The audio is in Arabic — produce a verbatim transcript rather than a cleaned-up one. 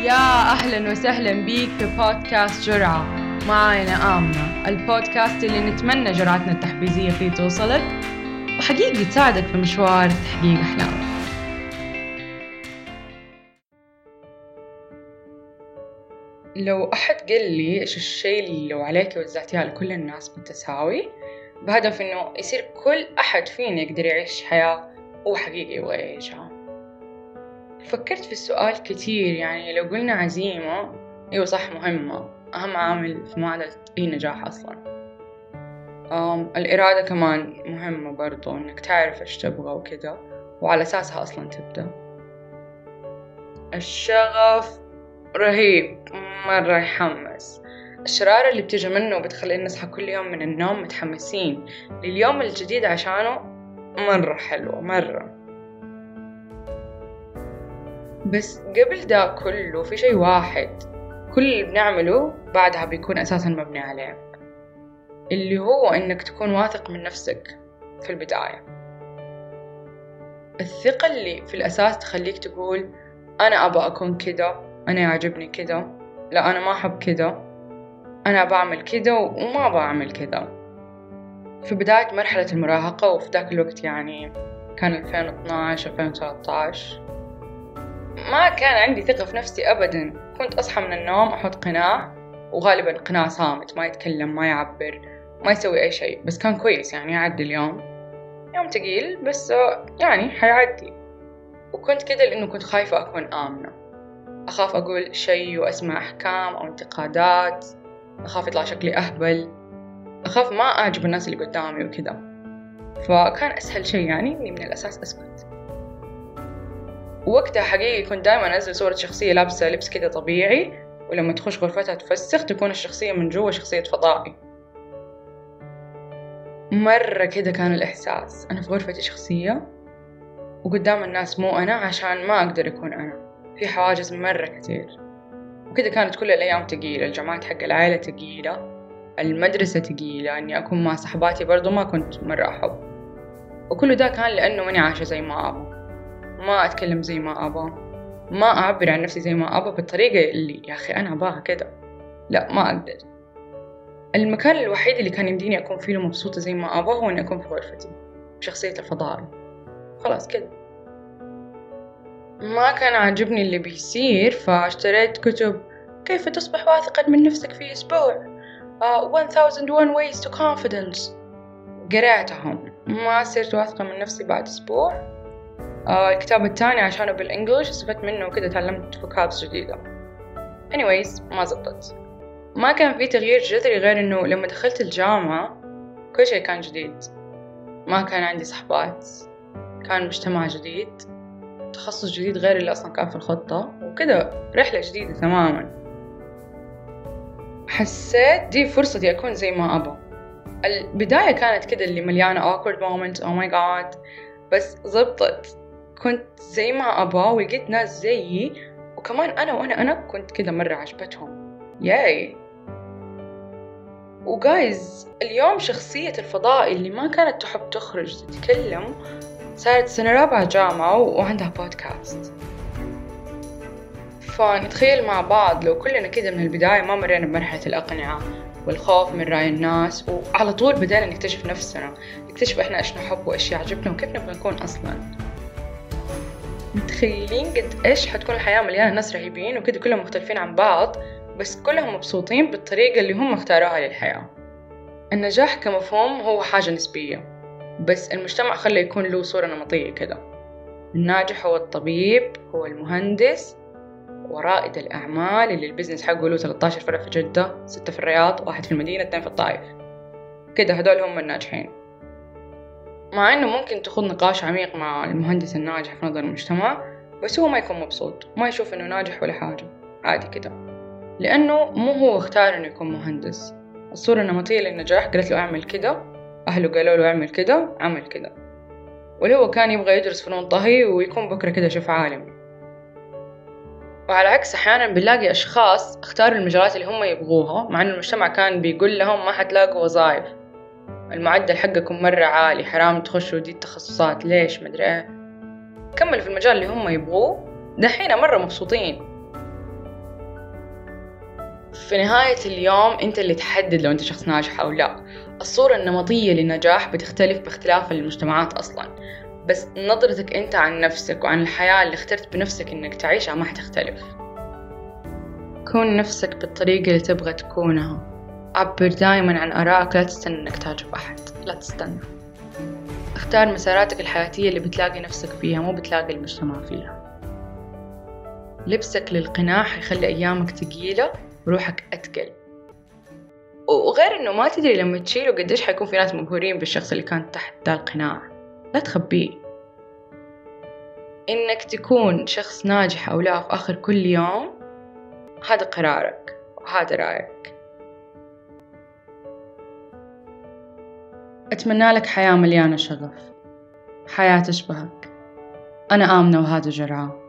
يا أهلا وسهلا بيك في بودكاست جرعة. معاي أنا آمنة، البودكاست اللي نتمنى جرعتنا التحفيزية فيه توصلك وحقيقي تساعدك في مشوار تحقيق أحلامك. لو أحد قال لي إيش الشيء اللي لو عليك وزعتيها لكل الناس بالتساوي بهدف إنه يصير كل أحد فينا يقدر يعيش حياة هو حقيقي يبغى يعيشها، فكرت في السؤال كتير. يعني لو قلنا عزيمة، أيوة صح، مهمة، أهم عامل في معادلة أي نجاح أصلا. أم الإرادة كمان مهمة برضو، إنك تعرف إيش تبغى وكده وعلى أساسها أصلا تبدأ. الشغف رهيب مرة، يحمس. الشرارة اللي بتيجي منه بتخلينا نصحى كل يوم من النوم متحمسين لليوم الجديد عشانه، مرة حلو مرة. بس قبل ده كله في شيء واحد كل اللي بنعمله بعدها بيكون أساساً مبني عليه، اللي هو إنك تكون واثق من نفسك في البداية. الثقة اللي في الأساس تخليك تقول أنا أبغى أكون كده، أنا يعجبني كده، لا أنا ما أحب كده، أنا بعمل كده وما بعمل كده. في بداية مرحلة المراهقة وفي ذاك الوقت يعني كان ألفين واثناشر ألفين وثلاثة عشر ما كان عندي ثقة في نفسي أبداً. كنت أصحى من النوم أحط قناع، وغالباً قناع صامت، ما يتكلم ما يعبر ما يسوي أي شيء، بس كان كويس يعني يعدي اليوم. يوم تقيل بس يعني حيعدي. وكنت كده لأنه كنت خايفة أكون آمنة، أخاف أقول شيء وأسمع أحكام أو انتقادات، أخاف يطلع شكلي أهبل، أخاف ما أعجب الناس اللي قدامي وكده. فكان أسهل شيء يعني إني من الأساس أسكت. وقتها حقيقي كنت دائما أنزل صورة شخصية لابسة لبس كده طبيعي، ولما تخش غرفتها تفسخ تكون الشخصية من جوا شخصية فضائي. مرة كده كان الإحساس، أنا في غرفتي شخصية وقدام الناس مو أنا، عشان ما أقدر أكون أنا. في حواجز مرة كتير. وكده كانت كل الأيام تقيلة، الجامعات حق العائلة تقيلة، المدرسة تقيلة، أني أكون مع صحباتي برضو ما كنت مرة أحب. وكل ده كان لأنه ماني عايشة زي ما أبغى، ما أتكلم زي ما أبغى، ما أعبر عن نفسي زي ما أبغى بالطريقة اللي يا أخي أنا أبغاها كده، لا ما أقدر. المكان الوحيد اللي كان يمديني أكون فيه مبسوطة زي ما أبغى هو أني أكون في غرفتي بشخصية الفضائي. خلاص كده. ما كان عاجبني اللي بيصير، فاشتريت كتب كيف تصبح واثقا من نفسك في أسبوع، uh, one thousand one ways to confidence. قرأتهم، ما صرت واثقة من نفسي بعد أسبوع. uh, الكتاب الثاني عشانه بالإنجليش استفدت منه وكده تعلمت فوكابس جديدة. anyways ما زبطت. ما كان في تغيير جذري غير إنه لما دخلت الجامعة كل شيء كان جديد. ما كان عندي صحبات، كان مجتمع جديد، تخصص جديد غير اللي أصلا كان في الخطة، وكده رحلة جديدة تماما. حسيت دي فرصتي أكون زي ما أبغى. البداية كانت كده اللي مليانة awkward moments oh my god، بس زبطت. كنت زي ما أبغى ولقيت ناس زيي، وكمان أنا وأنا أنا كنت كده مرة عجبتهم. ياي. وجايز اليوم شخصية الفضائي اللي ما كانت تحب تخرج تتكلم صارت سنة رابعة جامعة وعندها بودكاست. فنتخيل مع بعض لو كلنا كده من البداية ما مرينا بمرحلة الأقنعة والخوف من رأي الناس، وعلى طول بدأنا نكتشف نفسنا، نكتشف إحنا إيش نحب وإيش يعجبنا وكيف نبغى نكون أصلاً. متخيلين قد إيش حتكون الحياة مليانة ناس رهيبين وكده كلهم مختلفين عن بعض، بس كلهم مبسوطين بالطريقة اللي هم اختاروها للحياة. النجاح كمفهوم هو حاجة نسبية، بس المجتمع خلى يكون له صورة نمطية كده. الناجح هو الطبيب، هو المهندس، ورائد الأعمال اللي البزنس حقه له ثلاثة عشر فرع في جدة، ستة في الرياض، واحد في المدينة، اثنين في الطائف. كده هدول هم الناجحين. مع إنه ممكن تخوض نقاش عميق مع المهندس الناجح في نظر المجتمع، بس هو ما يكون مبسوط، ما يشوف إنه ناجح ولا حاجة، عادي كده، لأنه مو هو اختار إنه يكون مهندس. الصورة النمطية للنجاح قالت له أعمل كده، أهله قالوا له أعمل كده، عمل كده. واللي هو كان يبغى يدرس فنون طهي ويكون بكرة كده شيف عالمي. وعلى عكس أحيانا بنلاقي أشخاص اختاروا المجالات اللي هم يبغوها مع أن المجتمع كان بيقول لهم ما حتلاقوا وظائف، المعدل حقكم مرة عالي، حرام تخشوا دي التخصصات، ليش مدري ايه. كملوا في المجال اللي هم يبغوه، دحين مرة مبسوطين. في نهاية اليوم أنت اللي تحدد لو أنت شخص ناجح أو لا. الصورة النمطية للنجاح بتختلف باختلاف المجتمعات أصلا، بس نظرتك أنت عن نفسك وعن الحياة اللي اخترت بنفسك إنك تعيشها ما حتختلف. كون نفسك بالطريقة اللي تبغى تكونها. عبر دائما عن آرائك، لا تستنى إنك تعجب أحد، لا تستنى. اختار مساراتك الحياتية اللي بتلاقي نفسك فيها، مو بتلاقي المجتمع فيها. لبسك للقناع حيخلي أيامك تقيلة وروحك أتقل. وغير إنه ما تدري لما تشيله قديش حيكون في ناس مبهورين بالشخص اللي كان تحت ذا القناع. لا تخبيه. إنك تكون شخص ناجح أو لا في آخر كل يوم، هذا قرارك وهذا رأيك. أتمنى لك حياة مليانة شغف، حياة تشبهك. أنا آمنة وهذا جرعة.